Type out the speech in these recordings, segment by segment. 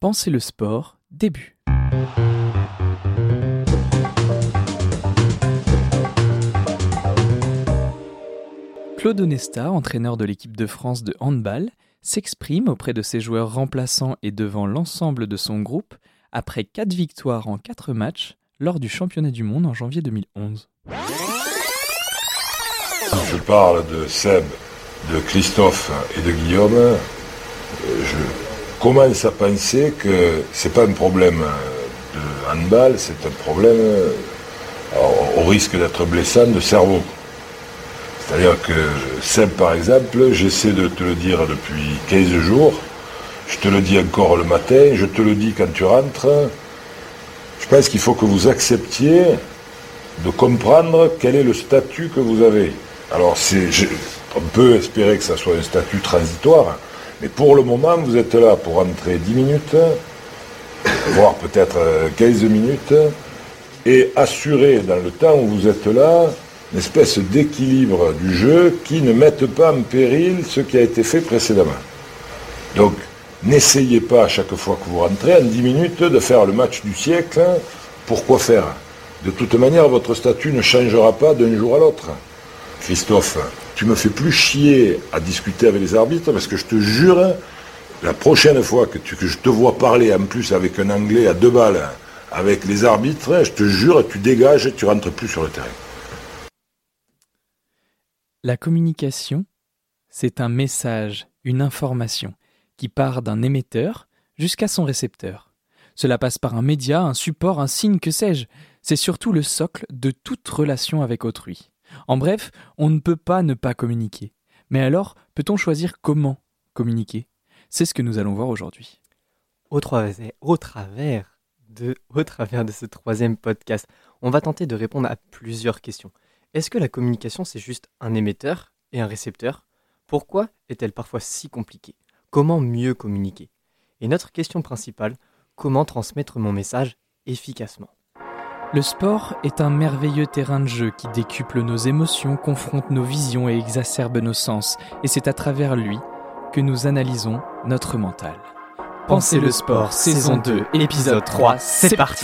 Pensez le sport, début. Claude Onesta, entraîneur de l'équipe de France de handball, s'exprime auprès de ses joueurs remplaçants et devant l'ensemble de son groupe après 4 victoires en 4 matchs lors du championnat du monde en janvier 2011. Je parle de Seb, de Christophe et de Guillaume. Je commence à penser que c'est pas un problème de handball, c'est un problème, au risque d'être blessant, de cerveau. C'est-à-dire que Seb, par exemple, j'essaie de te le dire depuis 15 jours, je te le dis encore le matin, je te le dis quand tu rentres. Je pense qu'il faut que vous acceptiez de comprendre quel est le statut que vous avez. Alors, on peut espérer que ça soit un statut transitoire, mais pour le moment, vous êtes là pour entrer 10 minutes, voire peut-être 15 minutes, et assurer dans le temps où vous êtes là une espèce d'équilibre du jeu qui ne mette pas en péril ce qui a été fait précédemment. Donc, n'essayez pas à chaque fois que vous rentrez, en 10 minutes, de faire le match du siècle. Pourquoi faire ? De toute manière, votre statut ne changera pas d'un jour à l'autre. Christophe, tu me fais plus chier à discuter avec les arbitres parce que je te jure, la prochaine fois que je te vois parler en plus avec un anglais à 2 balles avec les arbitres, je te jure, tu dégages et tu rentres plus sur le terrain. La communication, c'est un message, une information qui part d'un émetteur jusqu'à son récepteur. Cela passe par un média, un support, un signe, que sais-je. C'est surtout le socle de toute relation avec autrui. En bref, on ne peut pas ne pas communiquer. Mais alors, peut-on choisir comment communiquer ? C'est ce que nous allons voir aujourd'hui. Au travers de ce 3e podcast, on va tenter de répondre à plusieurs questions. Est-ce que la communication, c'est juste un émetteur et un récepteur ? Pourquoi est-elle parfois si compliquée ? Comment mieux communiquer ? Et notre question principale, comment transmettre mon message efficacement ? Le sport est un merveilleux terrain de jeu qui décuple nos émotions, confronte nos visions et exacerbe nos sens. Et c'est à travers lui que nous analysons notre mental. Pensez le sport, saison 2, épisode 3, c'est parti !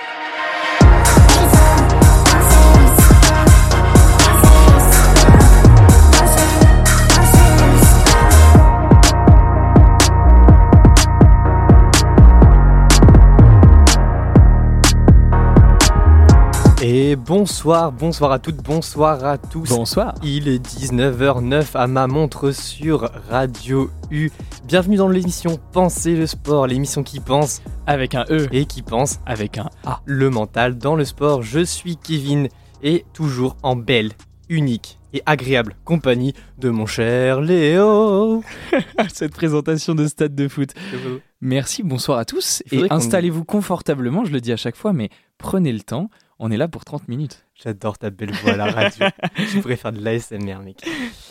Et bonsoir à toutes, bonsoir à tous. Bonsoir. Il est 19h09 à ma montre sur Radio U. Bienvenue dans l'émission Pensez le sport, l'émission qui pense avec un E et qui pense avec un A. Le mental dans le sport. Je suis Kevin et toujours en belle, unique et agréable compagnie de mon cher Léo. Cette présentation de stade de foot. Merci, bonsoir à tous. Et installez-vous confortablement, je le dis à chaque fois, mais prenez le temps. On est là pour 30 minutes. J'adore ta belle voix à la radio. Je pourrais faire de l'ASMR, mec.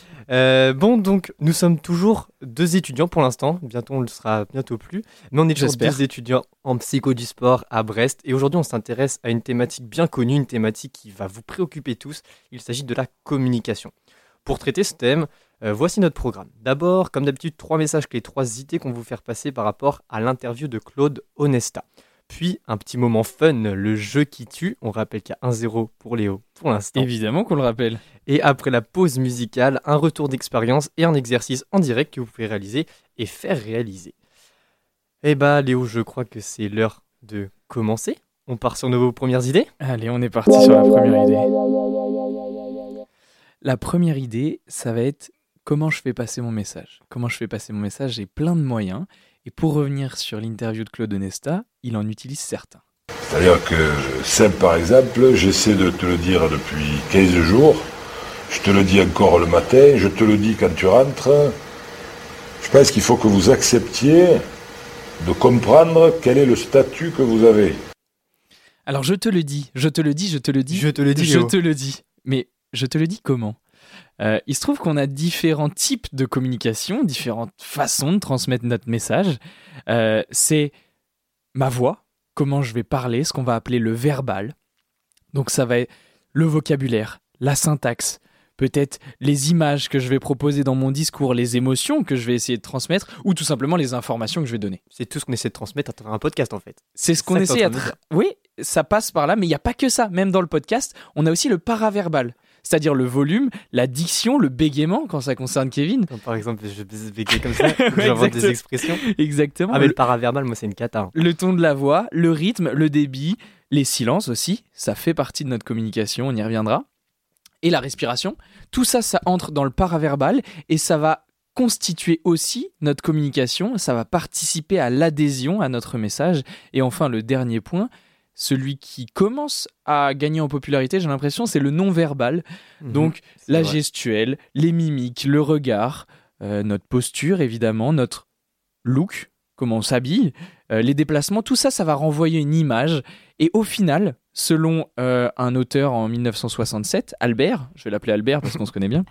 Donc, nous sommes toujours 2 étudiants pour l'instant. Bientôt, on le sera bientôt plus. Mais on est toujours 2 étudiants en psycho du sport à Brest. Et aujourd'hui, on s'intéresse à une thématique bien connue, une thématique qui va vous préoccuper tous. Il s'agit de la communication. Pour traiter ce thème, voici notre programme. D'abord, comme d'habitude, 3 messages clés, 3 idées qu'on va vous faire passer par rapport à l'interview de Claude Onesta. Puis, un petit moment fun, le jeu qui tue. On rappelle qu'il y a 1-0 pour Léo pour l'instant. Évidemment qu'on le rappelle. Et après la pause musicale, un retour d'expérience et un exercice en direct que vous pouvez réaliser et faire réaliser. Eh bah Léo, je crois que c'est l'heure de commencer. On part sur nos premières idées ? Allez, on est parti sur la première idée. La première idée, ça va être comment je fais passer mon message. Comment je fais passer mon message, j'ai plein de moyens. Et pour revenir sur l'interview de Claude Onesta, il en utilise certains. C'est-à-dire que Seb, par exemple, j'essaie de te le dire depuis 15 jours, je te le dis encore le matin, je te le dis quand tu rentres. Je pense qu'il faut que vous acceptiez de comprendre quel est le statut que vous avez. Alors je te le dis. Mais je te le dis comment ? Il se trouve qu'on a différents types de communication, différentes façons de transmettre notre message. C'est ma voix, comment je vais parler, ce qu'on va appeler le verbal. Donc ça va être le vocabulaire, la syntaxe, peut-être les images que je vais proposer dans mon discours, les émotions que je vais essayer de transmettre, ou tout simplement les informations que je vais donner. C'est tout ce qu'on essaie de transmettre à travers un podcast, en fait. C'est ce qu'on essaie à travers. Oui, ça passe par là, mais il n'y a pas que ça. Même dans le podcast, on a aussi le paraverbal. C'est-à-dire le volume, la diction, le bégaiement quand ça concerne Kevin. Comme par exemple, je bégaye comme ça, j'invente des expressions. Exactement. Ah mais le paraverbal, moi c'est une cata. Le ton de la voix, le rythme, le débit, les silences aussi, ça fait partie de notre communication, on y reviendra. Et la respiration, tout ça, ça entre dans le paraverbal et ça va constituer aussi notre communication, ça va participer à l'adhésion à notre message. Et enfin, le dernier point, celui qui commence à gagner en popularité, j'ai l'impression, c'est le non-verbal. Donc, la gestuelle, les mimiques, le regard, notre posture, évidemment, notre look, comment on s'habille, les déplacements, tout ça, ça va renvoyer une image. Et au final, selon un auteur en 1967, Albert, je vais l'appeler Albert parce qu'on se connaît bien,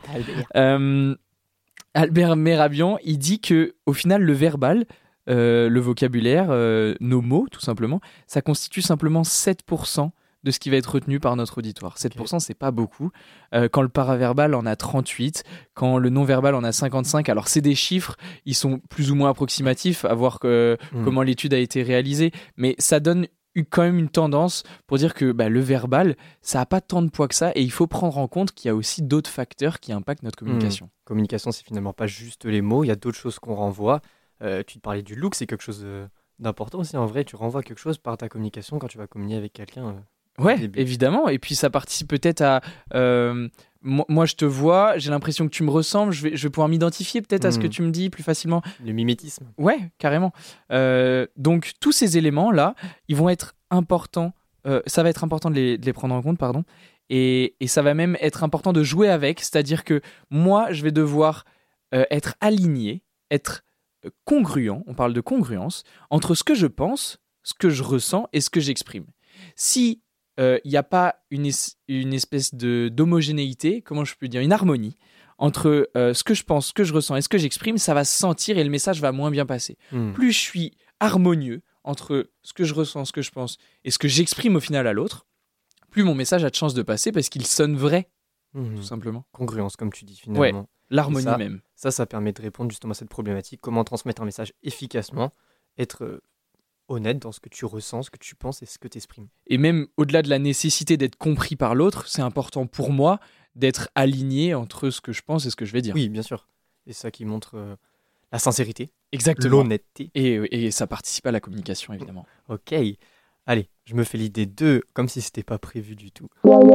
Albert Mehrabian, il dit qu'au final, le verbal, le vocabulaire, nos mots, tout simplement, ça constitue simplement 7% de ce qui va être retenu par notre auditoire. 7%, c'est pas beaucoup. Quand le paraverbal en a 38, quand le non-verbal en a 55, alors c'est des chiffres, ils sont plus ou moins approximatifs à voir comment l'étude a été réalisée, mais ça donne quand même une tendance pour dire que le verbal, ça n'a pas tant de poids que ça, et il faut prendre en compte qu'il y a aussi d'autres facteurs qui impactent notre communication. Communication, c'est finalement pas juste les mots, il y a d'autres choses qu'on renvoie. Tu te parlais du look, c'est quelque chose d'important aussi. En vrai, tu renvoies quelque chose par ta communication quand tu vas communier avec quelqu'un. Ouais, évidemment. Et puis ça participe peut-être à... moi, je te vois, j'ai l'impression que tu me ressembles, je vais pouvoir m'identifier peut-être à ce que tu me dis plus facilement. Le mimétisme. Ouais, carrément. Donc tous ces éléments-là, ils vont être importants. Ça va être important de les prendre en compte, pardon. Et ça va même être important de jouer avec. C'est-à-dire que moi, je vais devoir être aligné, être congruent, on parle de congruence, entre ce que je pense, ce que je ressens et ce que j'exprime. Si il n'y a pas une espèce d'homogénéité, comment je peux dire, une harmonie entre ce que je pense, ce que je ressens et ce que j'exprime, ça va se sentir et le message va moins bien passer. Plus je suis harmonieux entre ce que je ressens, ce que je pense et ce que j'exprime au final à l'autre, plus mon message a de chance de passer parce qu'il sonne vrai, tout simplement. Congruence, comme tu dis, finalement. Ouais, l'harmonie même. Ça permet de répondre justement à cette problématique. Comment transmettre un message efficacement, être honnête dans ce que tu ressens, ce que tu penses et ce que tu exprimes. Et même au-delà de la nécessité d'être compris par l'autre, c'est important pour moi d'être aligné entre ce que je pense et ce que je vais dire. Oui, bien sûr. Et ça qui montre la sincérité, l'honnêteté. l'honnêteté. Et ça participe à la communication, évidemment. Ok. Allez, je me fais l'idée 2, comme si c'était pas prévu du tout.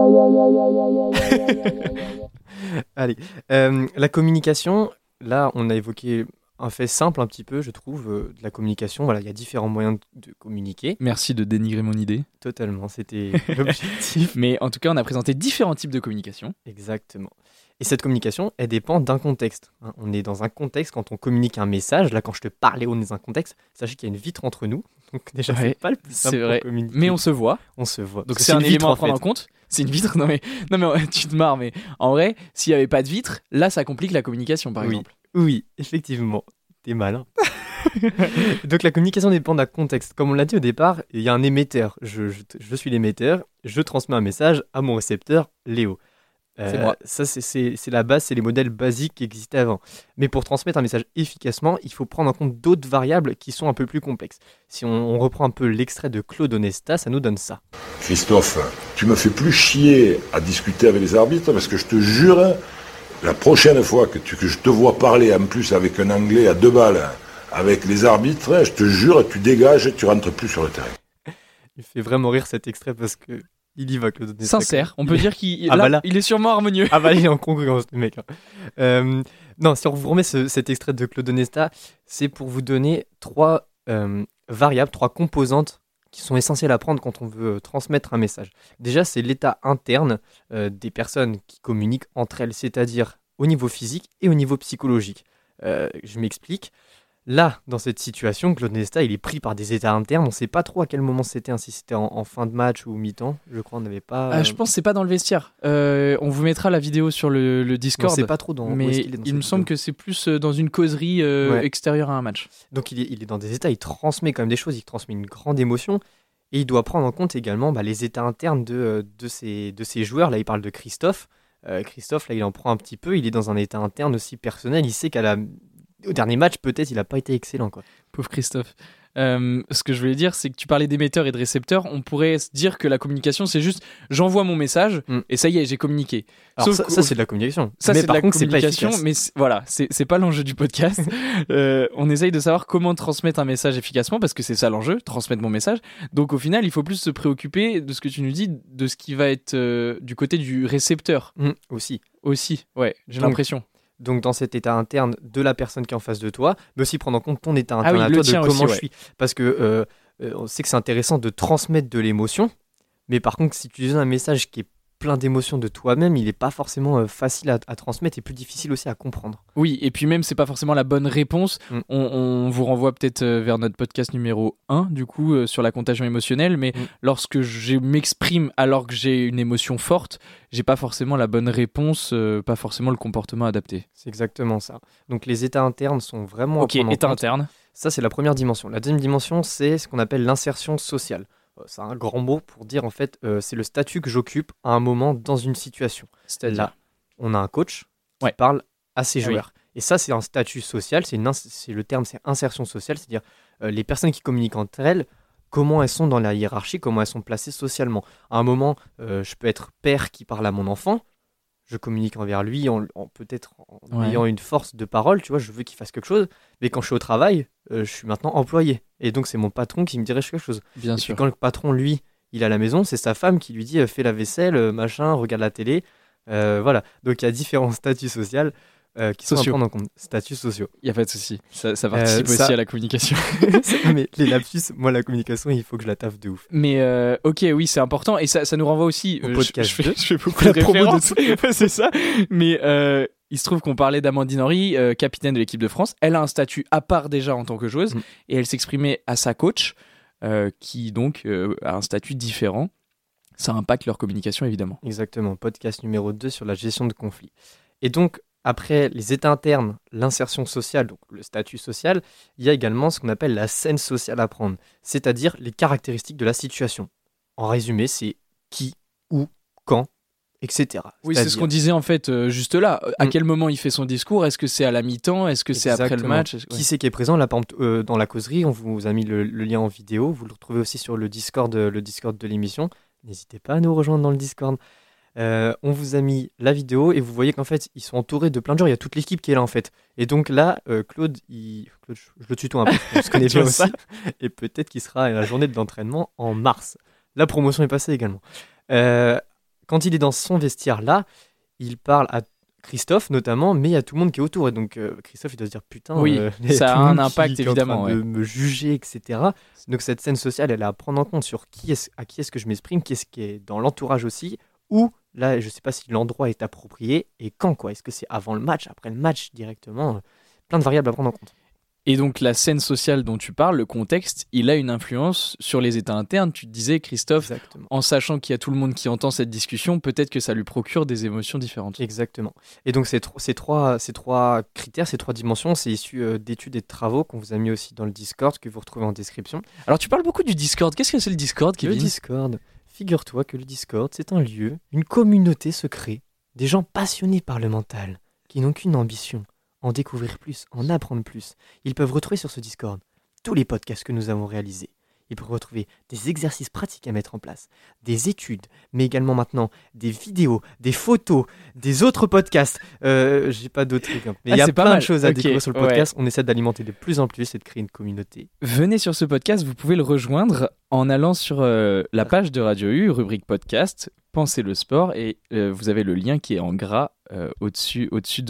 Allez, la communication, là, on a évoqué un fait simple un petit peu, je trouve, de la communication. Voilà, il y a différents moyens de communiquer. Merci de dénigrer mon idée. Totalement, c'était l'objectif. Mais en tout cas, on a présenté différents types de communication. Exactement. Et cette communication, elle dépend d'un contexte. On est dans un contexte quand on communique un message. Là, quand je te parlais, on est dans un contexte. Sachez qu'il y a une vitre entre nous. Donc déjà, c'est pas le plus simple pour communiquer. Mais on se voit. On se voit. Donc c'est un élément à prendre en compte. C'est une vitre. Non mais tu te marres. Mais en vrai, s'il n'y avait pas de vitre, là, ça complique la communication, par exemple. Oui, effectivement. T'es malin. Donc la communication dépend d'un contexte. Comme on l'a dit au départ, il y a un émetteur. Je suis l'émetteur. Je transmets un message à mon récepteur, Léo. C'est moi. Ça, c'est la base, c'est les modèles basiques qui existaient avant. Mais pour transmettre un message efficacement, il faut prendre en compte d'autres variables qui sont un peu plus complexes. Si on reprend un peu l'extrait de Claude Onesta, ça nous donne ça. Christophe, tu me fais plus chier à discuter avec les arbitres parce que je te jure, la prochaine fois que je te vois parler en plus avec un Anglais à 2 balles avec les arbitres, je te jure, tu dégages et tu rentres plus sur le terrain. Il fait vraiment rire cet extrait parce que il y va, Claude Onesta. Sincère, on peut dire qu'il il est sûrement harmonieux. Ah bah il est en congruence, le mec. Non, si on vous remet cet extrait de Claude Onesta, c'est pour vous donner 3 variables, 3 composantes qui sont essentielles à prendre quand on veut transmettre un message. Déjà, c'est l'état interne des personnes qui communiquent entre elles, c'est-à-dire au niveau physique et au niveau psychologique. Je m'explique. Là, dans cette situation, Claude Onesta, il est pris par des états internes. On ne sait pas trop à quel moment c'était, si c'était en fin de match ou mi-temps. Je crois qu'on n'avait pas... Je pense que c'est pas dans le vestiaire. On vous mettra la vidéo sur le Discord. On ne sait pas trop dans mais où est-ce qu'il est dans il me semble que c'est plus dans une causerie extérieure à un match. Donc il est dans des états, il transmet quand même des choses, il transmet une grande émotion. Et il doit prendre en compte également les états internes de ces joueurs. Là, il parle de Christophe. Christophe, là, il en prend un petit peu. Il est dans un état interne aussi personnel. Il sait au dernier match, peut-être, il n'a pas été excellent, quoi. Pauvre Christophe. Ce que je voulais dire, c'est que tu parlais d'émetteurs et de récepteurs. On pourrait se dire que la communication, c'est juste j'envoie mon message et ça y est, j'ai communiqué. Alors ça c'est de la communication. Ça, mais c'est par de la contre, communication, c'est pas efficace. mais voilà, c'est pas l'enjeu du podcast. On essaye de savoir comment transmettre un message efficacement parce que c'est ça l'enjeu, transmettre mon message. Donc au final, il faut plus se préoccuper de ce que tu nous dis, de ce qui va être du côté du récepteur. Aussi, ouais, j'ai l'impression. Donc dans cet état interne de la personne qui est en face de toi, mais aussi prendre en compte ton état interne oui, à toi, de comment aussi, je suis. Parce que on sait que c'est intéressant de transmettre de l'émotion, mais par contre, si tu donnes un message qui est plein d'émotions de toi-même, il n'est pas forcément facile à transmettre et plus difficile aussi à comprendre. Oui, et puis même, c'est pas forcément la bonne réponse. On vous renvoie peut-être vers notre podcast numéro 1, du coup, sur la contagion émotionnelle, mais lorsque je m'exprime alors que j'ai une émotion forte, j'ai pas forcément la bonne réponse, pas forcément le comportement adapté. C'est exactement ça. Donc les états internes sont vraiment Ok, état interne. Ça, c'est la première dimension. La deuxième dimension, c'est ce qu'on appelle l'insertion sociale. C'est un grand mot pour dire, en fait, c'est le statut que j'occupe à un moment dans une situation. C'est-à-dire là, on a un coach qui parle à ses joueurs. Et ça, c'est un statut social, le terme, c'est insertion sociale, c'est-à-dire les personnes qui communiquent entre elles, comment elles sont dans la hiérarchie, comment elles sont placées socialement. À un moment, je peux être père qui parle à mon enfant, je communique envers lui peut-être en ayant une force de parole, tu vois, je veux qu'il fasse quelque chose, mais quand je suis au travail, je suis maintenant employé. Et donc, c'est mon patron qui me dirige quelque chose. Bien sûr. Et quand le patron, lui, il est à la maison, c'est sa femme qui lui dit fais la vaisselle, machin, regarde la télé. Voilà. Donc, il y a différents statuts sociaux qui sont à prendre en compte. Statuts sociaux. Il n'y a pas de souci. Ça participe aussi à la communication. Mais les lapsus, moi, la communication, il faut que je la taffe de ouf. Mais ok, oui, c'est important. Et ça nous renvoie aussi au podcast. Je fais beaucoup de références. C'est ça. Mais il se trouve qu'on parlait d'Amandine Henry, capitaine de l'équipe de France. Elle a un statut à part déjà en tant que joueuse. Et elle s'exprimait à sa coach, qui donc a un statut différent. Ça impacte leur communication, évidemment. Exactement. Podcast numéro 2 sur la gestion de conflits. Et donc, après les états internes, l'insertion sociale, donc le statut social, il y a également ce qu'on appelle la scène sociale à prendre, c'est-à-dire les caractéristiques de la situation. En résumé, c'est qui, où, quand, etc. Oui, c'est ce qu'on disait en fait juste là. À quel moment il fait son discours ? Est-ce que c'est à la mi-temps ? Est-ce que c'est après le match ? Qui c'est qui est présent là, dans la causerie, on vous a mis le lien en vidéo. Vous le retrouvez aussi sur le Discord de l'émission. N'hésitez pas à nous rejoindre dans le Discord. On vous a mis la vidéo et vous voyez qu'en fait ils sont entourés de plein de joueurs, il y a toute l'équipe qui est là en fait. Et donc là, Claude, je le tutoie un peu, on se connaît bien aussi. Et peut-être qu'il sera à la journée de l'entraînement en mars. La promotion est passée également. Quand il est dans son vestiaire là, il parle à Christophe notamment, mais il y a tout le monde qui est autour. Et donc Christophe il doit se dire putain, ça a un impact évidemment. De me juger, etc. Donc cette scène sociale, elle est à prendre en compte sur à qui est-ce que je m'exprime, qui est-ce qui est dans l'entourage aussi, ou là, je ne sais pas si l'endroit est approprié et quand, quoi. Est-ce que c'est avant le match, après le match, directement ? Plein de variables à prendre en compte. Et donc, la scène sociale dont tu parles, le contexte, il a une influence sur les états internes. Tu te disais, Christophe, exactement. En sachant qu'il y a tout le monde qui entend cette discussion, peut-être que ça lui procure des émotions différentes. Exactement. Et donc, ces trois critères, ces trois dimensions, c'est issu d'études et de travaux qu'on vous a mis aussi dans le Discord, que vous retrouvez en description. Alors, tu parles beaucoup du Discord. Qu'est-ce que c'est le Discord, Kevin ? Le Discord... Figure-toi que le Discord, c'est un lieu, une communauté secrète, des gens passionnés par le mental, qui n'ont qu'une ambition, en découvrir plus, en apprendre plus. Ils peuvent retrouver sur ce Discord tous les podcasts que nous avons réalisés. Ils peuvent retrouver des exercices pratiques à mettre en place, des études, mais également maintenant des vidéos, des photos, des autres podcasts. J'ai pas d'autres trucs. Mais il y a plein de choses à découvrir sur le podcast. On essaie d'alimenter de plus en plus et de créer une communauté. Venez sur ce podcast, vous pouvez le rejoindre en allant sur la page de Radio U, rubrique podcast, Pensez le sport, et vous avez le lien qui est en gras au-dessus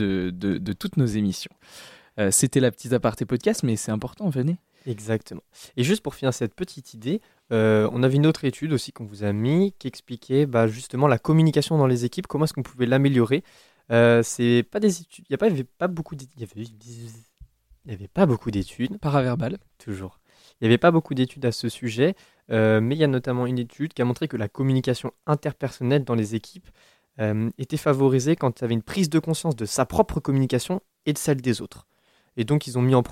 de toutes nos émissions. C'était la petite aparté podcast, mais c'est important, venez. Exactement. Et juste pour finir cette petite idée, on avait une autre étude aussi qu'on vous a mis qui expliquait justement la communication dans les équipes, comment est-ce qu'on pouvait l'améliorer. C'est pas des études, il n'y avait pas beaucoup d'études. Il n'y avait pas beaucoup d'études. Paraverbal. Toujours. Il n'y avait pas beaucoup d'études à ce sujet, mais il y a notamment une étude qui a montré que la communication interpersonnelle dans les équipes était favorisée quand il y avait une prise de conscience de sa propre communication et de celle des autres. Et donc, ils ont mis en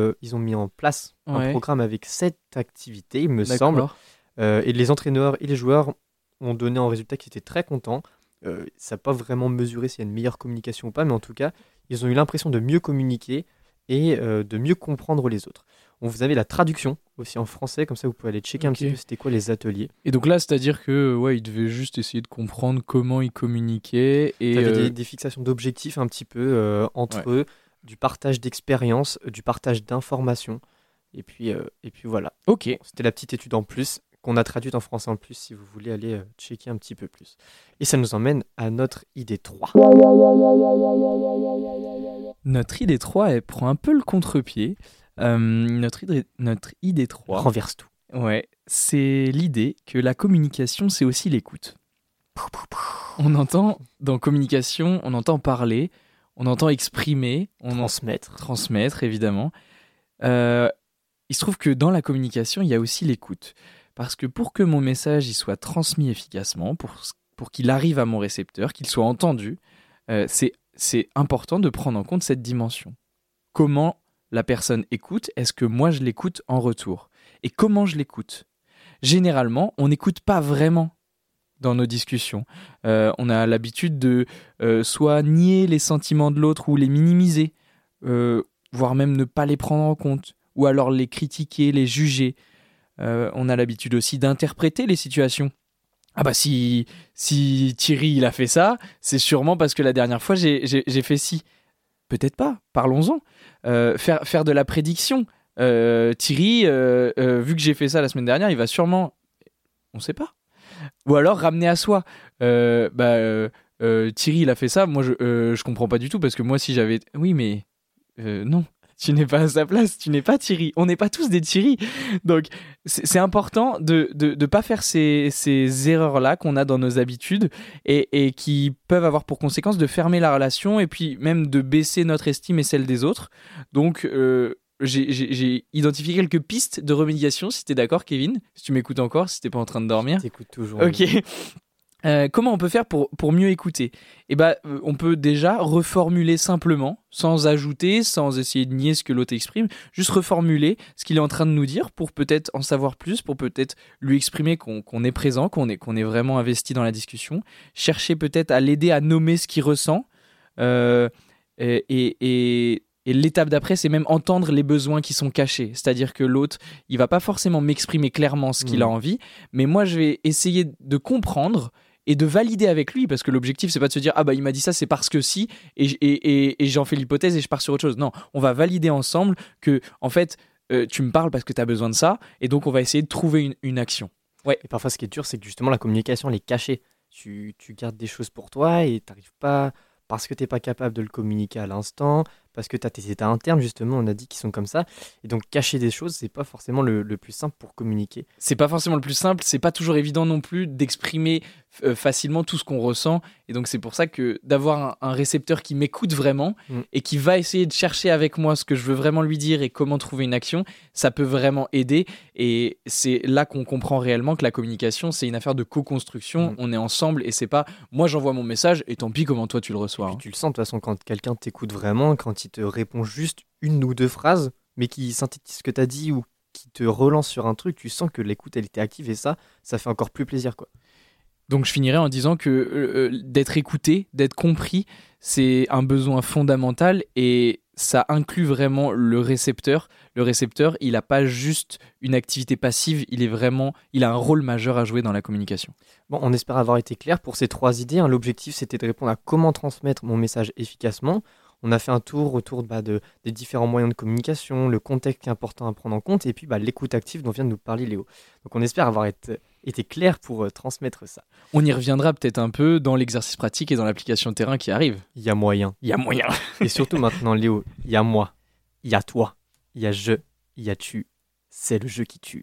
place un programme avec 7 activités, il me semble. Et les entraîneurs et les joueurs ont donné en résultat qu'ils étaient très contents. ça n'a pas vraiment mesuré s'il y a une meilleure communication ou pas, mais en tout cas, ils ont eu l'impression de mieux communiquer et de mieux comprendre les autres. Vous avez la traduction aussi en français, comme ça vous pouvez aller checker un petit peu c'était quoi les ateliers. Et donc là, c'est-à-dire que ils devaient juste essayer de comprendre comment ils communiquaient. Et il y avait des fixations d'objectifs un petit peu entre eux, du partage d'expériences, du partage d'informations. Et puis voilà. Ok. Bon, c'était la petite étude en plus qu'on a traduite en français en plus si vous voulez aller checker un petit peu plus. Et ça nous emmène à notre idée 3. Notre idée 3, elle prend un peu le contre-pied. Notre idée 3... renverse tout. Ouais, c'est l'idée que la communication, c'est aussi l'écoute. On entend, dans communication, on entend parler, on entend exprimer, transmettre évidemment. Il se trouve que dans la communication, il y a aussi l'écoute. Parce que pour que mon message il soit transmis efficacement, pour qu'il arrive à mon récepteur, qu'il soit entendu, c'est important de prendre en compte cette dimension. Comment la personne écoute, est-ce que moi je l'écoute en retour ? Et comment je l'écoute ? Généralement, on n'écoute pas vraiment dans nos discussions. On a l'habitude de soit nier les sentiments de l'autre ou les minimiser, voire même ne pas les prendre en compte, ou alors les critiquer, les juger. On a l'habitude aussi d'interpréter les situations. Ah bah si Thierry il a fait ça, c'est sûrement parce que la dernière fois j'ai fait ci. Peut-être pas, parlons-en. Faire de la prédiction. Thierry, vu que j'ai fait ça la semaine dernière, il va sûrement... On sait pas. Ou alors ramener à soi. Thierry il a fait ça, moi je comprends pas du tout parce que moi si j'avais... Oui mais non. Tu n'es pas à sa place, tu n'es pas Thierry. On n'est pas tous des Thierry. Donc, c'est important de pas faire ces erreurs-là qu'on a dans nos habitudes et qui peuvent avoir pour conséquence de fermer la relation et puis même de baisser notre estime et celle des autres. Donc, j'ai identifié quelques pistes de remédiation, si tu es d'accord, Kevin. Si tu m'écoutes encore, si tu n'es pas en train de dormir. Je t'écoute toujours. Ok. Comment on peut faire pour mieux écouter ? On peut déjà reformuler simplement, sans ajouter, sans essayer de nier ce que l'autre exprime, juste reformuler ce qu'il est en train de nous dire pour peut-être en savoir plus, pour peut-être lui exprimer qu'on est présent, qu'on est vraiment investi dans la discussion, chercher peut-être à l'aider à nommer ce qu'il ressent, et l'étape d'après, c'est même entendre les besoins qui sont cachés. C'est-à-dire que l'autre, il va pas forcément m'exprimer clairement ce qu'il a envie, mais moi, je vais essayer de comprendre et de valider avec lui, parce que l'objectif, c'est pas de se dire « Ah bah il m'a dit ça, c'est parce que si », et j'en fais l'hypothèse et je pars sur autre chose. Non, on va valider ensemble que, en fait, tu me parles parce que tu as besoin de ça, et donc on va essayer de trouver une action. Ouais. Et parfois, ce qui est dur, c'est que justement, la communication, elle est cachée. Tu gardes des choses pour toi et t'arrives pas... Parce que tu n'es pas capable de le communiquer à l'instant, parce que tu as tes états internes, justement, on a dit qu'ils sont comme ça. Et donc, cacher des choses, c'est pas forcément le plus simple pour communiquer. C'est pas forcément le plus simple, c'est pas toujours évident non plus d'exprimer facilement tout ce qu'on ressent. Et donc, c'est pour ça que d'avoir un récepteur qui m'écoute vraiment et qui va essayer de chercher avec moi ce que je veux vraiment lui dire et comment trouver une action, ça peut vraiment aider. Et c'est là qu'on comprend réellement que la communication, c'est une affaire de co-construction. On est ensemble et c'est pas moi j'envoie mon message et tant pis comment toi tu le reçois. Et puis, tu le sens de toute façon quand quelqu'un t'écoute vraiment, quand il te répond juste une ou deux phrases, mais qui synthétise ce que tu as dit ou qui te relance sur un truc, tu sens que l'écoute elle était active et ça fait encore plus plaisir quoi. Donc je finirai en disant que d'être écouté, d'être compris, c'est un besoin fondamental et ça inclut vraiment le récepteur. Le récepteur, il n'a pas juste une activité passive, il a un rôle majeur à jouer dans la communication. Bon, on espère avoir été clair pour ces 3 idées. L'objectif, c'était de répondre à comment transmettre mon message efficacement. On a fait un tour autour des différents moyens de communication, le contexte qui est important à prendre en compte, et puis l'écoute active dont vient de nous parler Léo. Donc on espère avoir été clair pour transmettre ça. On y reviendra peut-être un peu dans l'exercice pratique et dans l'application terrain qui arrive. Il y a moyen. Et surtout maintenant Léo, il y a moi, il y a toi, il y a je, il y a tu. C'est le jeu qui tue.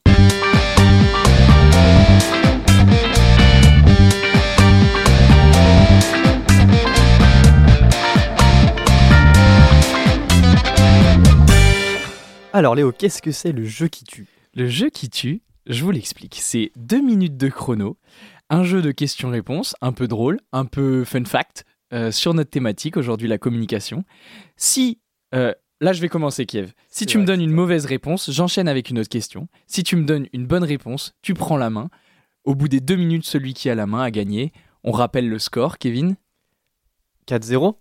Alors Léo, qu'est-ce que c'est le jeu qui tue ? Le jeu qui tue, je vous l'explique. C'est 2 minutes de chrono, un jeu de questions-réponses, un peu drôle, un peu fun fact, sur notre thématique, aujourd'hui la communication. Là je vais commencer Kiev. Si tu me donnes une mauvaise réponse, j'enchaîne avec une autre question. Si tu me donnes une bonne réponse, tu prends la main. Au bout des 2 minutes, celui qui a la main a gagné. On rappelle le score, Kevin. 4-0.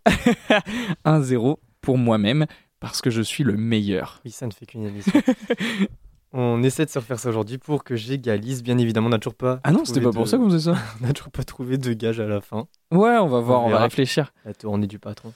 1-0 pour moi-même, parce que je suis le meilleur. Oui, ça ne fait qu'une émission. On essaie de se refaire ça aujourd'hui pour que j'égalise. Bien évidemment, on n'a toujours pas... Ah non, c'était pas pour ça qu'on faisait ça. On n'a toujours pas trouvé de gage à la fin. Ouais, on va voir, on va réfléchir. La tournée du patron.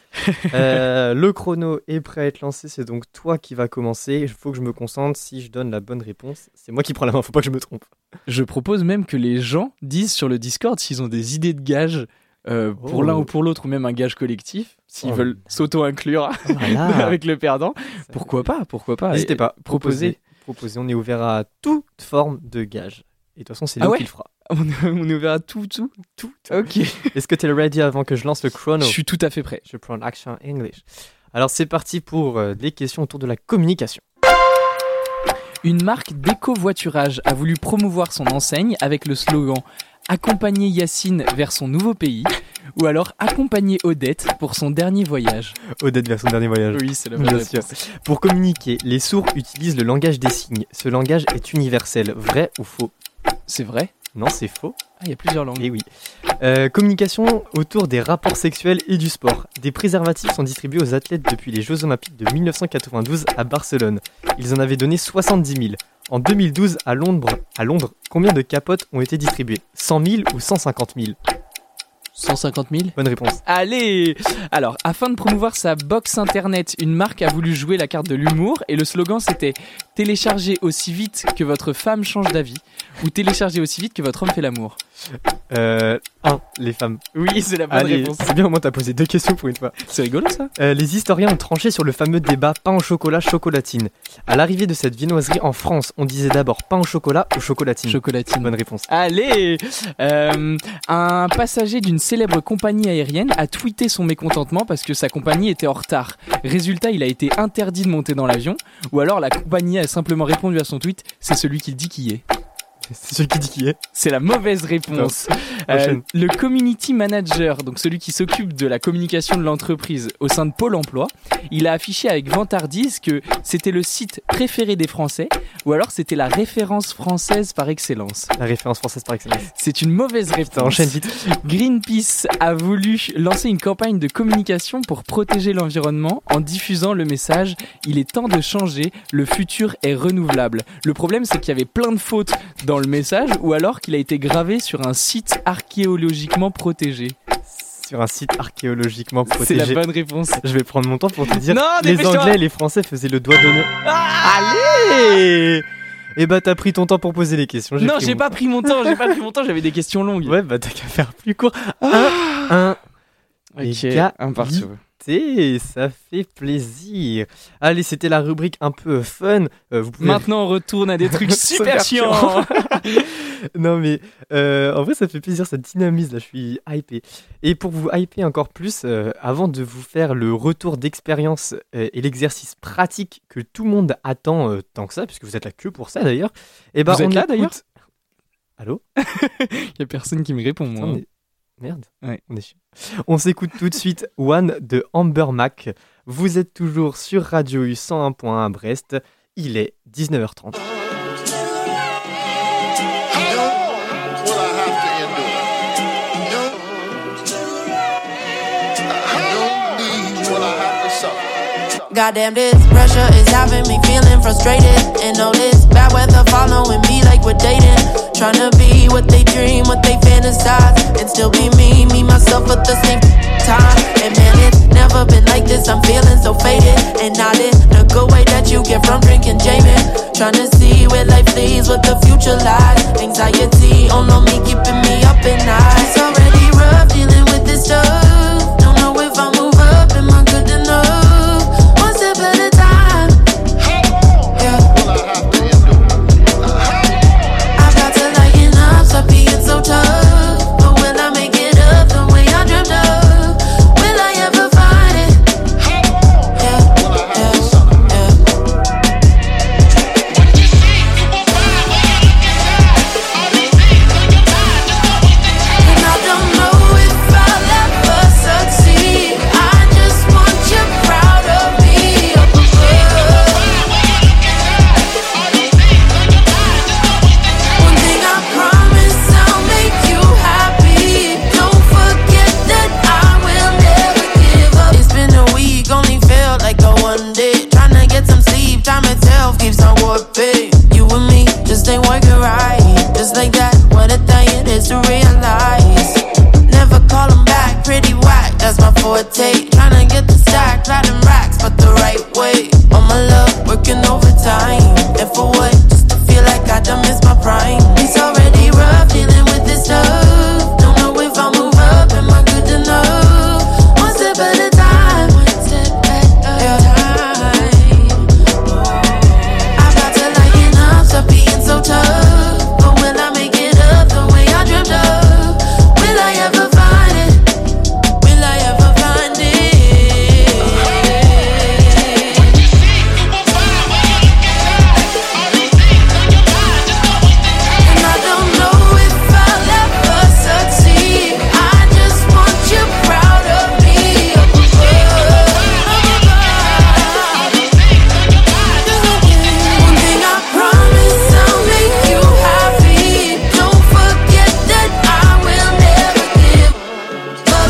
Le chrono est prêt à être lancé, c'est donc toi qui vas commencer. Il faut que je me concentre. Si je donne la bonne réponse, c'est moi qui prends la main, faut pas que je me trompe. Je propose même que les gens disent sur le Discord s'ils ont des idées de gages pour l'un ou pour l'autre, ou même un gage collectif, s'ils veulent s'auto-inclure avec le perdant. Pourquoi pas. N'hésitez pas, proposez. On est ouvert à toute forme de gage. Et de toute façon, c'est Léo qui le fera. On est ouvert à tout. Ok. Est-ce que tu es ready avant que je lance le chrono? Je suis tout à fait prêt. Je prends l'action English. Alors c'est parti pour les questions autour de la communication. Une marque d'éco-voiturage a voulu promouvoir son enseigne avec le slogan « Accompagner Yacine vers son nouveau pays » ou alors « Accompagner Odette pour son dernier voyage ». Odette vers son dernier voyage. Oui, c'est la bonne réponse. Pour communiquer, les sourds utilisent le langage des signes. Ce langage est universel. Vrai ou faux? C'est vrai? Non, c'est faux. Ah, il y a plusieurs langues. Et oui. Communication autour des rapports sexuels et du sport. Des préservatifs sont distribués aux athlètes depuis les Jeux Olympiques de 1992 à Barcelone. Ils en avaient donné 70 000. En 2012, à Londres, combien de capotes ont été distribuées? 100 000 ou 150 000? 150 000? Bonne réponse. Allez! Alors, afin de promouvoir sa box internet, une marque a voulu jouer la carte de l'humour et le slogan c'était « Téléchargez aussi vite que votre femme change d'avis » ou « Téléchargez aussi vite que votre homme fait l'amour ». Les femmes. Oui, c'est la bonne réponse. C'est bien, au moins t'as posé 2 questions pour une fois. C'est rigolo ça. Les historiens ont tranché sur le fameux débat pain au chocolat, chocolatine. À l'arrivée de cette viennoiserie en France, on disait d'abord pain au chocolat ou chocolatine? Chocolatine. Bonne réponse. Allez, un passager d'une célèbre compagnie aérienne a tweeté son mécontentement parce que sa compagnie était en retard. Résultat, il a été interdit de monter dans l'avion, ou alors la compagnie a simplement répondu à son tweet, c'est celui qui dit qui est. C'est celui qui dit qui est. C'est la mauvaise réponse. Le community manager, donc celui qui s'occupe de la communication de l'entreprise au sein de Pôle emploi, il a affiché avec vantardise que c'était le site préféré des Français, ou alors c'était la référence française par excellence. La référence française par excellence. C'est une mauvaise réponse. Enchaîne vite. Greenpeace a voulu lancer une campagne de communication pour protéger l'environnement en diffusant le message « Il est temps de changer, le futur est renouvelable ». Le problème, c'est qu'il y avait plein de fautes dans le message, ou alors qu'il a été gravé sur un site archéologiquement protégé. Sur un site archéologiquement protégé. C'est la bonne réponse. Je vais prendre mon temps pour te dire. Non, les Anglais et les Français faisaient le doigt d'honneur. Allez! Eh bah t'as pris ton temps pour poser les questions. Non, j'ai pas pris mon temps, j'avais des questions longues. Ouais, bah t'as qu'à faire plus court. Ok, un partout. Ça fait plaisir. Allez, c'était la rubrique un peu fun. Vous pouvez... Maintenant, on retourne à des trucs super chiants. Non, mais en vrai, ça fait plaisir, ça dynamise. Là, je suis hypé. Et pour vous hyper encore plus, avant de vous faire le retour d'expérience et l'exercice pratique que tout le monde attend tant que ça, puisque vous êtes là que pour ça d'ailleurs. Et bah, vous êtes là d'ailleurs? Allô? Il y a personne qui me répond, moi. Merde, ouais. On est chiant. On s'écoute tout de suite One de Amber Mac. Vous êtes toujours sur Radio U 101.1 à Brest. Il est 19h30. Goddamn, this pressure is having me feeling frustrated. And all this bad weather following me like we're dating. Trying to be what they dream, what they fantasize. And still be me, myself at the same time. And man, it's never been like this, I'm feeling so faded. And not in the good way that you get from drinking Jamie. Trying to see where life leads, what the future lies. Anxiety on me, keeping me up at night. It's already rough dealing with this stuff. Don't know if I move up, am I good enough? At a time. Yeah. I've got to lighten up, stop being so tough. But will I make it up the way I dreamt of? Will I ever find it? Yeah, yeah, yeah. What you see, you will find when you look inside. All these things on your mind, just go with the time. And I don't know if I'll ever just ain't working right. Just like that, what a thing it is to realize. Never call them back, pretty whack, that's my forte. Tryna get the stack, platinum racks, but the right way. All my love, working overtime. And for what? Just to feel like I done missed my prime. It's already rough, dealing with this stuff. Don't know if I'll move up, am I good to know? One step at a time, one step at a time. I've got to lighten up, stop being so tough. But will I make it up the way I dreamt of? Will I ever find it? Will I ever find it? And I don't know if I'll ever succeed. I just want you proud of me. One thing I promise, I'll make you happy. Don't forget that I will never give up.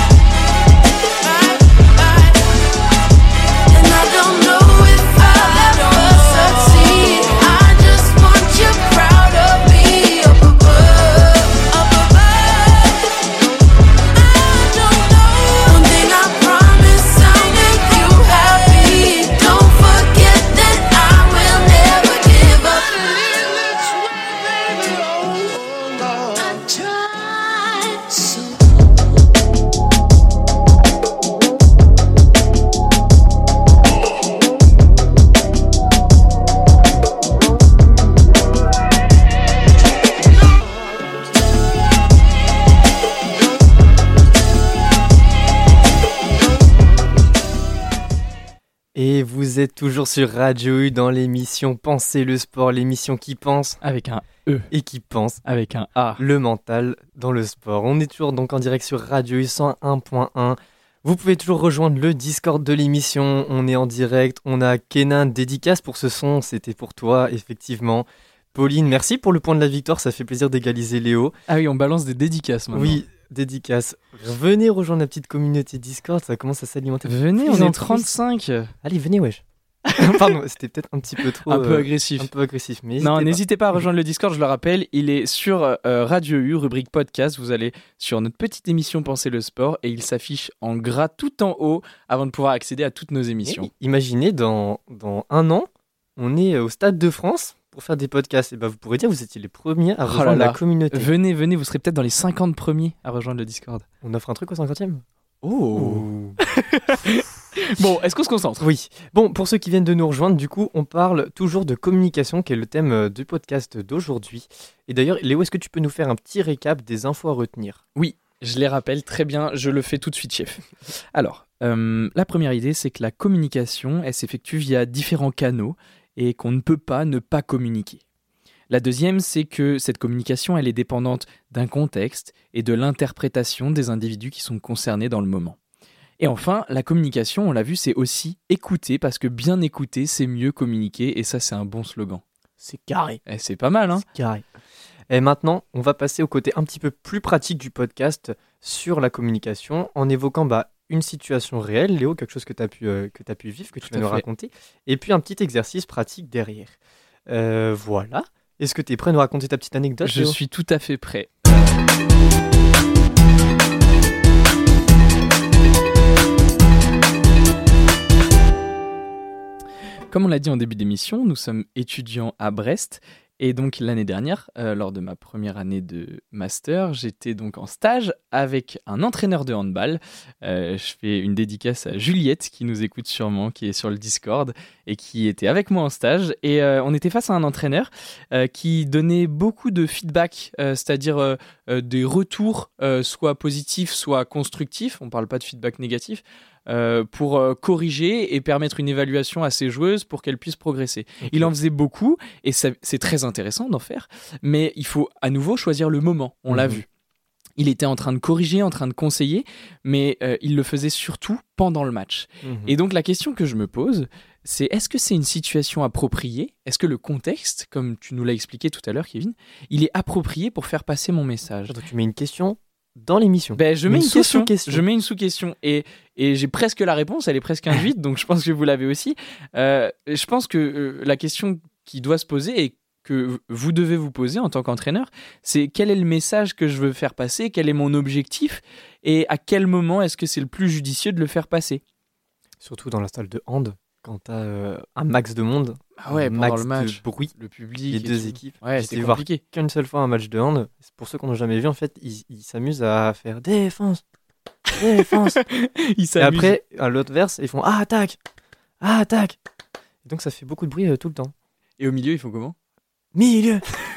And I don't know if I'll ever succeed. I just want you proud of me. Up above, up above. I don't know. One thing I promise, I'll make you happy. Don't forget that I will never give up. I tried so. Et vous êtes toujours sur Radio U dans l'émission Pensez le sport, l'émission qui pense Avec un E, et qui pense avec un A. le mental dans le sport. On est toujours donc en direct sur Radio U 101.1. Vous pouvez toujours rejoindre le Discord de l'émission. On est en direct. On a Kenan, dédicace pour ce son. C'était pour toi, effectivement. Pauline, merci pour le point de la victoire. Ça fait plaisir d'égaliser Léo. Ah oui, on balance des dédicaces maintenant. Oui, dédicace. Venez rejoindre la petite communauté Discord. Ça commence à s'alimenter. Venez, De on plus en est plus. 35. Allez, venez, wesh. Pardon, c'était peut-être un petit peu trop... Un peu un agressif. peu agressif, mais Non, n'hésitez n'hésitez pas à rejoindre le Discord, je le rappelle, il est sur Radio U, rubrique podcast. Vous allez sur notre petite émission Pensez le sport et il s'affiche en gras tout en haut avant de pouvoir accéder à toutes nos pas. émissions. Mais imaginez, dans un an, on est au Stade de France pour faire des podcasts. Et ben, vous pourrez dire, vous étiez les premiers à Oh rejoindre là là. la communauté. Venez, vous serez peut-être dans les 50 premiers à rejoindre le Discord. On offre un truc au 50e. Oh Bon, est-ce qu'on se concentre? Oui. Bon, pour ceux qui viennent de nous rejoindre, du coup, on parle toujours de communication, qui est le thème du podcast d'aujourd'hui. Et d'ailleurs, Léo, est-ce que tu peux nous faire un petit récap des infos à retenir? Oui, je les rappelle très bien, je le fais tout de suite, chef. Alors, la première idée, c'est que la communication, elle s'effectue via différents canaux et qu'on ne peut pas ne pas communiquer. La deuxième, c'est que cette communication, elle est dépendante d'un contexte et de l'interprétation des individus qui sont concernés dans le moment. Et enfin, la communication, on l'a vu, c'est aussi écouter, parce que bien écouter, c'est mieux communiquer, et ça, c'est un bon slogan. C'est carré. Et c'est pas mal, hein? C'est carré. Et maintenant, on va passer au côté un petit peu plus pratique du podcast sur la communication, en évoquant une situation réelle, Léo, quelque chose que tu as pu vivre, que tu vas nous raconter, et puis un petit exercice pratique derrière. Voilà. Est-ce que tu es prêt à nous raconter ta petite anecdote, Je Léo? suis tout à fait prêt. Comme on l'a dit en début d'émission, nous sommes étudiants à Brest. Et donc l'année dernière, lors de ma première année de master, j'étais donc en stage avec un entraîneur de handball. Je fais une dédicace à Juliette, qui nous écoute sûrement, qui est sur le Discord, et qui était avec moi en stage. Et on était face à un entraîneur qui donnait beaucoup de feedback, c'est-à-dire des retours, soit positifs, soit constructifs. On ne parle pas de feedback négatif. Pour corriger et permettre une évaluation à ses joueuses pour qu'elles puissent progresser. Okay. Il en faisait beaucoup et c'est très intéressant d'en faire, mais il faut à nouveau choisir le moment, on l'a vu. Il était en train de corriger, en train de conseiller, mais il le faisait surtout pendant le match. Et donc la question que je me pose, c'est est-ce que c'est une situation appropriée? Est-ce que le contexte, comme tu nous l'as expliqué tout à l'heure, Kevin, il est approprié pour faire passer mon message? Donc tu mets une question dans l'émission. Je mets une sous-question. Je mets une sous-question et j'ai presque la réponse, elle est presque induite, donc je pense que vous l'avez aussi. Je pense que la question qui doit se poser est que vous devez vous poser en tant qu'entraîneur, c'est quel est le message que je veux faire passer, quel est mon objectif et à quel moment est-ce que c'est le plus judicieux de le faire passer. Surtout dans la salle de hand, quand tu as un max de monde, un max le match, de bruit, le public, les deux équipes. C'était compliqué. Voir qu'une seule fois un match de hand. Pour ceux qui n'ont jamais vu, en fait, ils s'amusent à faire défense. Ils s'amusent. Et après, à l'autre verse, ils font attaque. Et donc ça fait beaucoup de bruit tout le temps. Et au milieu, ils font comment ? Milieu.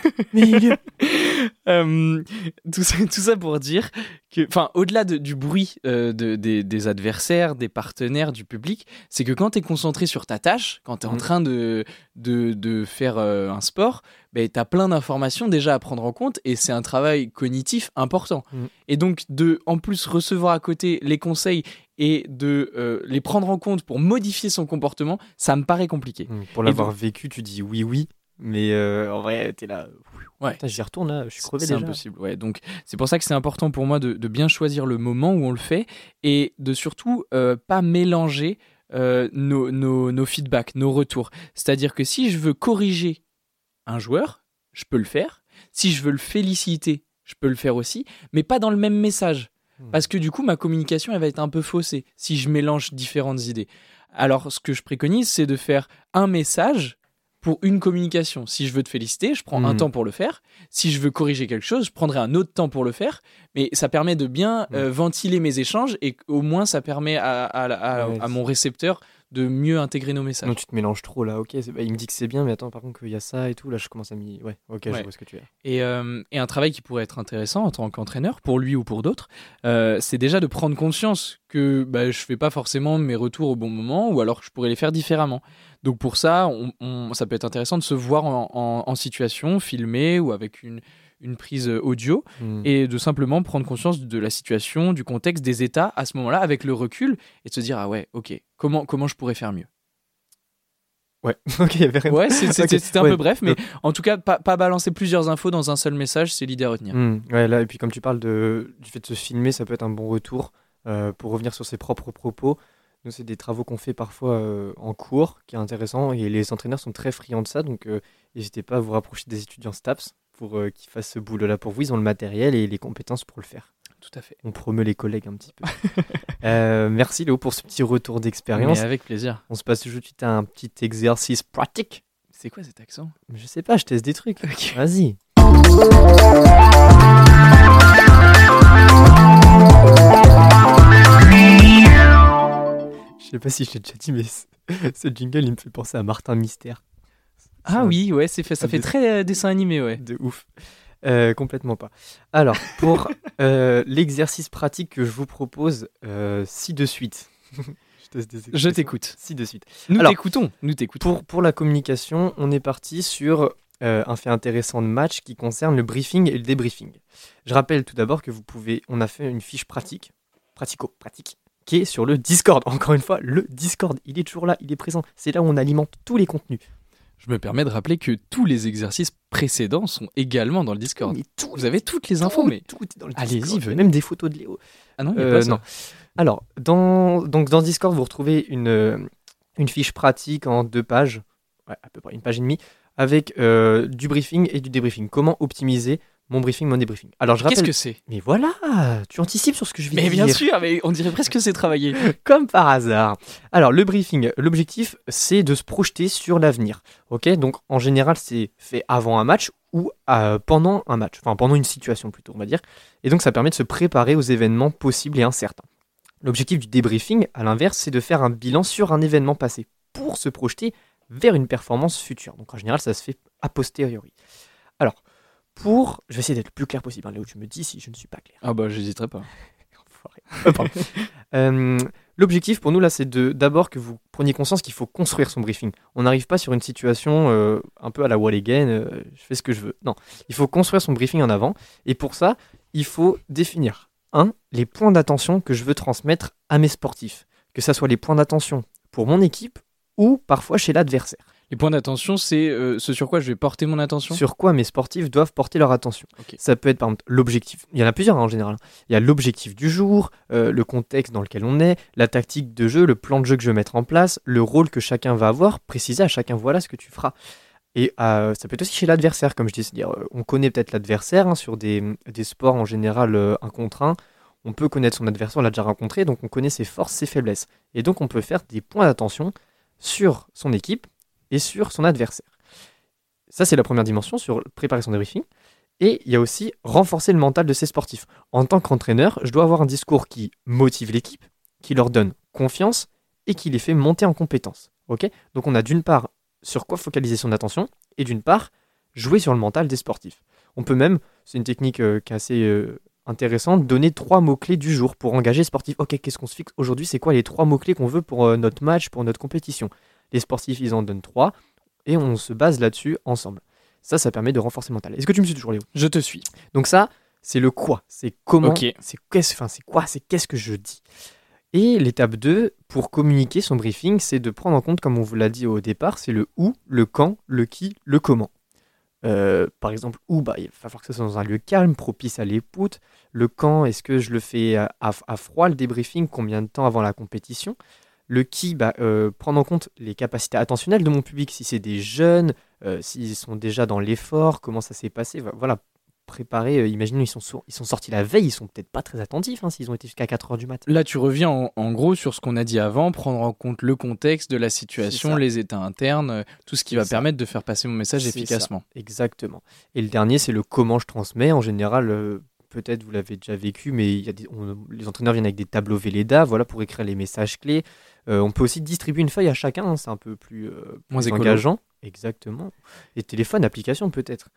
Tout ça pour dire que, au-delà du bruit des adversaires, des partenaires, du public, c'est que quand tu es concentré sur ta tâche, quand tu es en train de faire un sport, tu as plein d'informations déjà à prendre en compte et c'est un travail cognitif important. Et donc, en plus, recevoir à côté les conseils et de les prendre en compte pour modifier son comportement, ça me paraît compliqué. Pour l'avoir vécu, tu dis oui. Mais en vrai, t'es là. Ouais. Putain, j'y retourne là, je suis crevé déjà. C'est impossible. Ouais. Donc, c'est pour ça que c'est important pour moi de bien choisir le moment où on le fait et de surtout pas mélanger nos feedbacks, nos retours. C'est-à-dire que si je veux corriger un joueur, je peux le faire. Si je veux le féliciter, je peux le faire aussi, mais pas dans le même message. Parce que du coup, ma communication, elle va être un peu faussée si je mélange différentes idées. Alors, ce que je préconise, c'est de faire un message pour une communication. Si je veux te féliciter, je prends un temps pour le faire. Si je veux corriger quelque chose, je prendrai un autre temps pour le faire. Mais ça permet de bien ventiler mes échanges et au moins ça permet à mon récepteur de mieux intégrer nos messages. Non, tu te mélanges trop là, ok. Il me dit que c'est bien, mais attends, par contre, qu'il y a ça et tout, là je commence à m'y. Ouais, ok, je vois ce que tu veux. Et un travail qui pourrait être intéressant en tant qu'entraîneur, pour lui ou pour d'autres, c'est déjà de prendre conscience que je fais pas forcément mes retours au bon moment ou alors que je pourrais les faire différemment. Donc pour ça, ça peut être intéressant de se voir en situation, filmé ou avec une prise audio et de simplement prendre conscience de la situation, du contexte, des états à ce moment-là avec le recul et de se dire ok, comment je pourrais faire mieux. Ouais, ok, ouais, c'était un peu bref, mais en tout cas, pas balancer plusieurs infos dans un seul message, c'est l'idée à retenir. Ouais, là, et puis comme tu parles du fait de se filmer, ça peut être un bon retour pour revenir sur ses propres propos. Nous, c'est des travaux qu'on fait parfois en cours, qui est intéressant, et les entraîneurs sont très friands de ça, donc n'hésitez pas à vous rapprocher des étudiants STAPS pour qu'ils fassent ce boulot-là pour vous. Ils ont le matériel et les compétences pour le faire. Tout à fait. On promeut les collègues un petit peu. Merci Léo pour ce petit retour d'expérience. Mais avec plaisir. On se passe tout de suite à un petit exercice pratique. C'est quoi cet accent ? Je sais pas, je teste des trucs. Okay. Vas-y. Je sais pas si je l'ai déjà dit, mais ce jingle, il me fait penser à Martin Mystère. Oui, ouais, ça fait très dessin animé, ouais. De ouf. Complètement pas. Alors, pour l'exercice pratique que je vous propose, ci de suite. Je t'écoute. Ci de suite. Nous t'écoutons. Pour la communication, on est parti sur un fait intéressant de match qui concerne le briefing et le débriefing. Je rappelle tout d'abord que on a fait une fiche pratique, pratico-pratique, qui est sur le Discord. Encore une fois, le Discord, il est toujours là, il est présent. C'est là où on alimente tous les contenus. Je me permets de rappeler que tous les exercices précédents sont également dans le Discord. Vous avez toutes les infos, mais tout est dans le Discord. Allez-y, venez. Même des photos de Léo. Ah non, il n'y a pas ça. Non. Alors, dans Discord, vous retrouvez une fiche pratique en 2 pages, à peu près 1 page et demie, avec du briefing et du débriefing. Comment optimiser mon briefing, mon débriefing. Alors, je rappelle... Qu'est-ce que c'est ? Mais voilà, tu anticipes sur ce que je vais dire. Mais bien sûr, mais on dirait presque que c'est travaillé. Comme par hasard. Alors, le briefing, l'objectif, c'est de se projeter sur l'avenir. Ok, donc en général, c'est fait avant un match ou pendant un match. Enfin, pendant une situation plutôt, on va dire. Et donc, ça permet de se préparer aux événements possibles et incertains. L'objectif du débriefing, à l'inverse, c'est de faire un bilan sur un événement passé pour se projeter vers une performance future. Donc, en général, ça se fait a posteriori. Alors, je vais essayer d'être le plus clair possible. Léo, tu me dis si je ne suis pas clair. Ah bah, j'hésiterai pas. L'objectif pour nous, là, c'est d'abord que vous preniez conscience qu'il faut construire son briefing. On n'arrive pas sur une situation un peu à la wall again, je fais ce que je veux. Non, il faut construire son briefing en avant. Et pour ça, il faut définir, les points d'attention que je veux transmettre à mes sportifs. Que ça soit les points d'attention pour mon équipe ou parfois chez l'adversaire. Les points d'attention, c'est ce sur quoi je vais porter mon attention ? Sur quoi mes sportifs doivent porter leur attention. Okay. Ça peut être par exemple l'objectif, il y en a plusieurs en général. Il y a l'objectif du jour, le contexte dans lequel on est, la tactique de jeu, le plan de jeu que je vais mettre en place, le rôle que chacun va avoir, préciser à chacun voilà ce que tu feras. Et ça peut être aussi chez l'adversaire, comme je dis. C'est-à-dire, on connaît peut-être l'adversaire sur des sports en général 1 contre 1. On peut connaître son adversaire, on l'a déjà rencontré, donc on connaît ses forces, ses faiblesses. Et donc on peut faire des points d'attention sur son équipe et sur son adversaire. Ça, c'est la première dimension sur préparer son débriefing. Et il y a aussi renforcer le mental de ses sportifs. En tant qu'entraîneur, je dois avoir un discours qui motive l'équipe, qui leur donne confiance et qui les fait monter en compétences. Okay ? Donc on a d'une part sur quoi focaliser son attention et d'une part jouer sur le mental des sportifs. On peut même, c'est une technique qui est assez intéressante, donner 3 mots-clés du jour pour engager les sportifs. Ok, qu'est-ce qu'on se fixe aujourd'hui ? C'est quoi les 3 mots-clés qu'on veut pour notre match, pour notre compétition ? Les sportifs, ils en donnent 3 et on se base là-dessus ensemble. Ça permet de renforcer le mental. Est-ce que tu me suis toujours, Léo ? Je te suis. Donc ça, c'est le quoi. C'est comment, okay. c'est quoi, c'est qu'est-ce que je dis. Et l'étape 2, pour communiquer son briefing, c'est de prendre en compte, comme on vous l'a dit au départ, c'est le où, le quand, le qui, le comment. Par exemple, où, il va falloir que ça soit dans un lieu calme, propice à l'écoute. Le quand, est-ce que je le fais à froid, le débriefing, combien de temps avant la compétition ? Le qui, prendre en compte les capacités attentionnelles de mon public, si c'est des jeunes, s'ils sont déjà dans l'effort, comment ça s'est passé, voilà, préparer, imaginons ils sont sortis la veille, ils sont peut-être pas très attentifs s'ils ont été jusqu'à 4h du matin. Là tu reviens en gros sur ce qu'on a dit avant, prendre en compte le contexte de la situation, les états internes, tout ce qui va permettre de faire passer mon message efficacement. Ça. Exactement. Et le dernier, c'est le comment je transmets. En général, peut-être vous l'avez déjà vécu, mais les entraîneurs viennent avec des tableaux Velleda, voilà, pour écrire les messages clés. On peut aussi distribuer une feuille à chacun, c'est un peu plus engageant. Exactement. Et téléphone, application peut-être.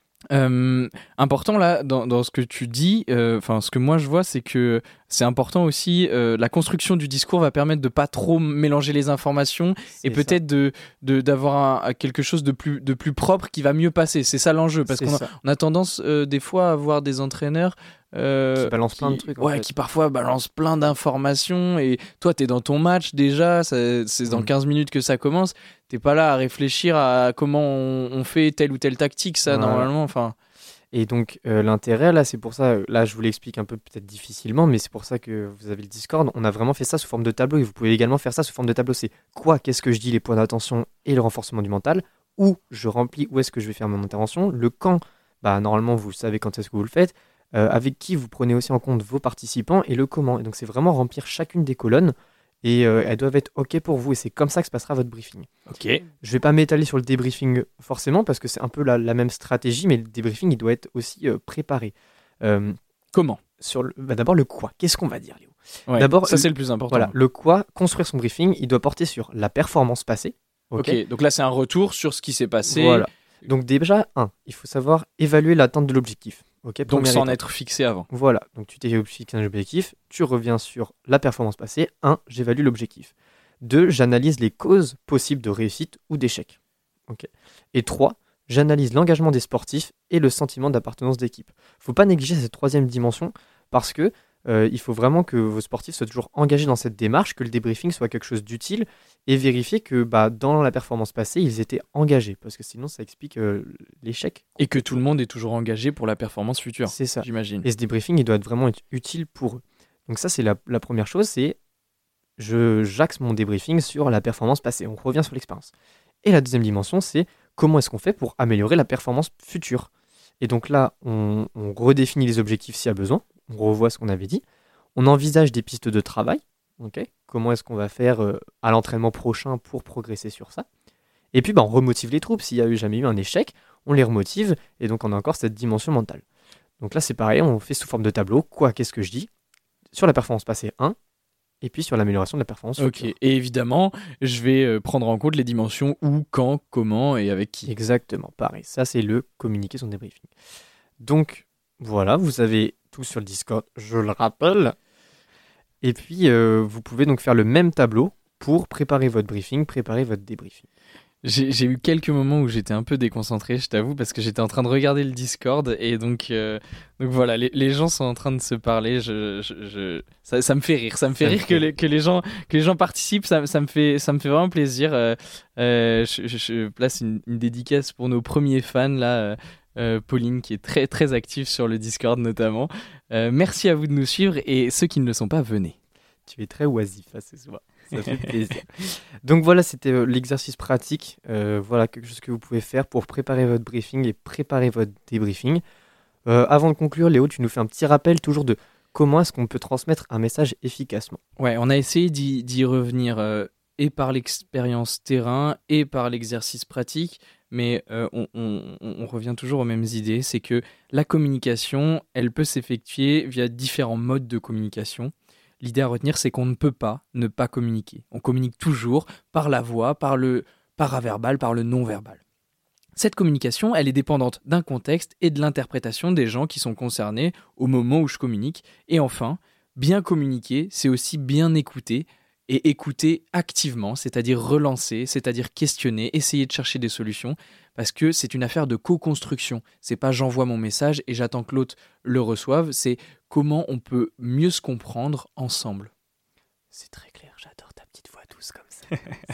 Important là dans ce que tu dis, ce que moi je vois, c'est que c'est important aussi, la construction du discours va permettre de pas trop mélanger les informations et peut-être d'avoir quelque chose de plus propre qui va mieux passer. C'est ça l'enjeu, parce qu'on a tendance des fois à avoir des entraîneurs qui balancent plein de trucs. Qui parfois balancent plein d'informations, et toi t'es dans ton match déjà, c'est dans 15 minutes que ça commence, t'es pas là à réfléchir à comment on fait telle ou telle tactique, normalement. Et donc l'intérêt là, c'est pour ça, là je vous l'explique un peu peut-être difficilement, mais c'est pour ça que vous avez le Discord, on a vraiment fait ça sous forme de tableau, et vous pouvez également faire ça sous forme de tableau. C'est quoi, qu'est-ce que je dis, les points d'attention et le renforcement du mental, où je remplis, où est-ce que je vais faire mon intervention, le quand, normalement vous savez quand est-ce que vous le faites, avec qui vous prenez aussi en compte vos participants, et le comment. Et donc c'est vraiment remplir chacune des colonnes, et elles doivent être OK pour vous, et c'est comme ça que se passera votre briefing. Ok. Je vais pas m'étaler sur le débriefing forcément, parce que c'est un peu la même stratégie, mais le débriefing il doit être aussi préparé. Comment ? D'abord le quoi. Qu'est-ce qu'on va dire, Léo ? Ouais, d'abord, ça c'est le plus important. Voilà, le quoi, construire son briefing, il doit porter sur la performance passée. Ok, donc là c'est un retour sur ce qui s'est passé. Voilà. Donc déjà, il faut savoir évaluer l'atteinte de l'objectif. Okay, donc sans être fixé avant. Voilà, donc tu t'es fixé un objectif, tu reviens sur la performance passée. 1, j'évalue l'objectif. 2, j'analyse les causes possibles de réussite ou d'échec. Okay. Et 3, j'analyse l'engagement des sportifs et le sentiment d'appartenance d'équipe. Il ne faut pas négliger cette 3e dimension, parce que il faut vraiment que vos sportifs soient toujours engagés dans cette démarche, que le débriefing soit quelque chose d'utile, et vérifier que dans la performance passée, ils étaient engagés, parce que sinon ça explique l'échec. Et que tout le monde est toujours engagé pour la performance future. C'est ça, j'imagine. Et ce débriefing, il doit vraiment être utile pour eux. Donc ça, c'est la première chose, c'est j'axe mon débriefing sur la performance passée. On revient sur l'expérience. Et la 2e dimension, c'est comment est-ce qu'on fait pour améliorer la performance future. Et donc là, on redéfinit les objectifs s'il y a besoin, on revoit ce qu'on avait dit, on envisage des pistes de travail, okay, comment est-ce qu'on va faire à l'entraînement prochain pour progresser sur ça. Et puis on remotive les troupes, s'il y a jamais eu un échec, on les remotive, et donc on a encore cette dimension mentale. Donc là c'est pareil, on fait sous forme de tableau, qu'est-ce que je dis, sur la performance passée 1, et puis sur l'amélioration de la performance future. Ok, et évidemment, je vais prendre en compte les dimensions où, quand, comment et avec qui. Exactement, pareil. Ça, c'est le communiquer son débriefing. Donc, voilà, vous avez tout sur le Discord, je le rappelle. Et puis, vous pouvez donc faire le même tableau pour préparer votre briefing, préparer votre débriefing. J'ai eu quelques moments où j'étais un peu déconcentré, je t'avoue, parce que j'étais en train de regarder le Discord, et donc voilà, les gens sont en train de se parler. Ça me fait rire, que les gens participent, ça me fait vraiment plaisir. Je place une dédicace pour nos premiers fans là. Pauline qui est très très active sur le Discord notamment. Merci à vous de nous suivre, et ceux qui ne le sont pas, venez. Tu es très oisif, ce soir. Ça fait plaisir. Donc voilà, c'était l'exercice pratique. Voilà quelque chose que vous pouvez faire pour préparer votre briefing et préparer votre débriefing. Avant de conclure, Léo, tu nous fais un petit rappel toujours de comment est-ce qu'on peut transmettre un message efficacement. Ouais, on a essayé d'y revenir et par l'expérience terrain et par l'exercice pratique, mais on revient toujours aux mêmes idées. C'est que la communication, elle peut s'effectuer via différents modes de communication. L'idée à retenir, c'est qu'on ne peut pas ne pas communiquer. On communique toujours par la voix, par le paraverbal, par le non-verbal. Cette communication, elle est dépendante d'un contexte et de l'interprétation des gens qui sont concernés au moment où je communique. Et enfin, bien communiquer, c'est aussi bien écouter, et écouter activement, c'est-à-dire relancer, c'est-à-dire questionner, essayer de chercher des solutions, parce que c'est une affaire de co-construction. C'est pas j'envoie mon message et j'attends que l'autre le reçoive, c'est comment on peut mieux se comprendre ensemble. C'est très clair, j'adore ta petite voix douce comme ça.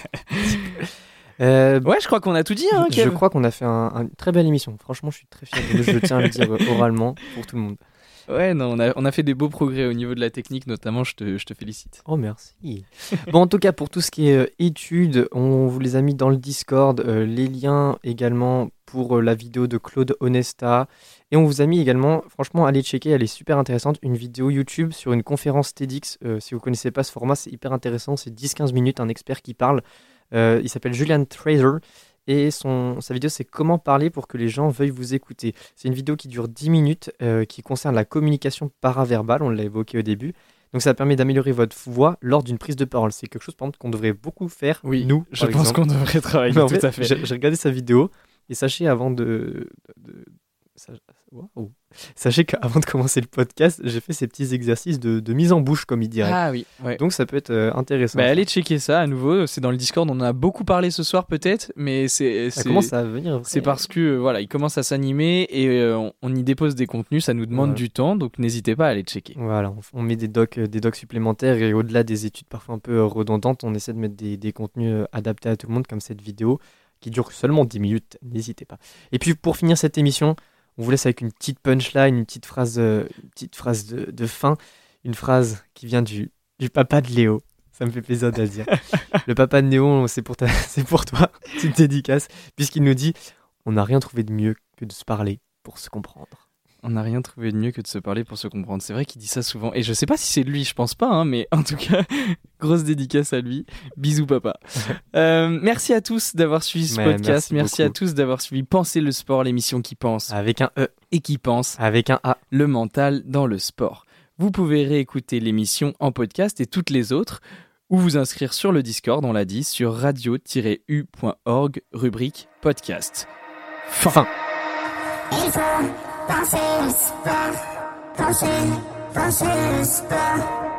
Ouais, je crois qu'on a tout dit. Hein, je crois qu'on a fait une très belle émission. Franchement, je suis très fier de nous. Je tiens à le dire oralement pour tout le monde. Ouais, non, on a fait des beaux progrès au niveau de la technique, notamment, je te félicite. Oh, merci. Bon, en tout cas, pour tout ce qui est études, on vous les a mis dans le Discord, les liens également pour la vidéo de Claude Onesta. Et on vous a mis également, franchement, allez checker, elle est super intéressante, une vidéo YouTube sur une conférence TEDx. Si vous ne connaissez pas ce format, c'est hyper intéressant, c'est 10-15 minutes, un expert qui parle. Il s'appelle Julian Trazer. Et sa vidéo, c'est comment parler pour que les gens veuillent vous écouter. C'est une vidéo qui dure 10 minutes, qui concerne la communication paraverbale, on l'a évoqué au début. Donc ça permet d'améliorer votre voix lors d'une prise de parole. C'est quelque chose, par exemple, qu'on devrait beaucoup faire, oui, nous, je pense qu'on devrait travailler, tout à fait. J'ai regardé sa vidéo, et sachez Sachez qu'avant de commencer le podcast, j'ai fait ces petits exercices de mise en bouche, comme il dirait. Ah oui, ouais. Donc ça peut être intéressant. Bah, allez checker ça à nouveau, c'est dans le Discord, on en a beaucoup parlé ce soir peut-être, mais ça commence à venir. C'est parce que voilà, il commence à s'animer et on y dépose des contenus, ça nous demande du temps, donc n'hésitez pas à aller checker. Voilà, on met des docs supplémentaires et au-delà des études parfois un peu redondantes, on essaie de mettre des contenus adaptés à tout le monde, comme cette vidéo qui dure seulement 10 minutes, n'hésitez pas. Et puis pour finir cette émission, on vous laisse avec une petite punchline, une petite phrase de fin, une phrase qui vient du papa de Léo. Ça me fait plaisir de le dire. Le papa de Léo, c'est pour toi, petite dédicace, puisqu'il nous dit « On n'a rien trouvé de mieux que de se parler pour se comprendre ». On n'a rien trouvé de mieux que de se parler pour se comprendre. C'est vrai qu'il dit ça souvent. Et je sais pas si c'est lui, je pense pas, hein, mais en tout cas, grosse dédicace à lui. Bisous papa. Merci à tous d'avoir suivi ce podcast. Merci à tous d'avoir suivi Penser le sport, l'émission qui pense. Avec un E. Et qui pense. Avec un A. Le mental dans le sport. Vous pouvez réécouter l'émission en podcast et toutes les autres, ou vous inscrire sur le Discord, on l'a dit, sur radio-u.org, rubrique podcast. Fin. Penser le sport, penser le sport.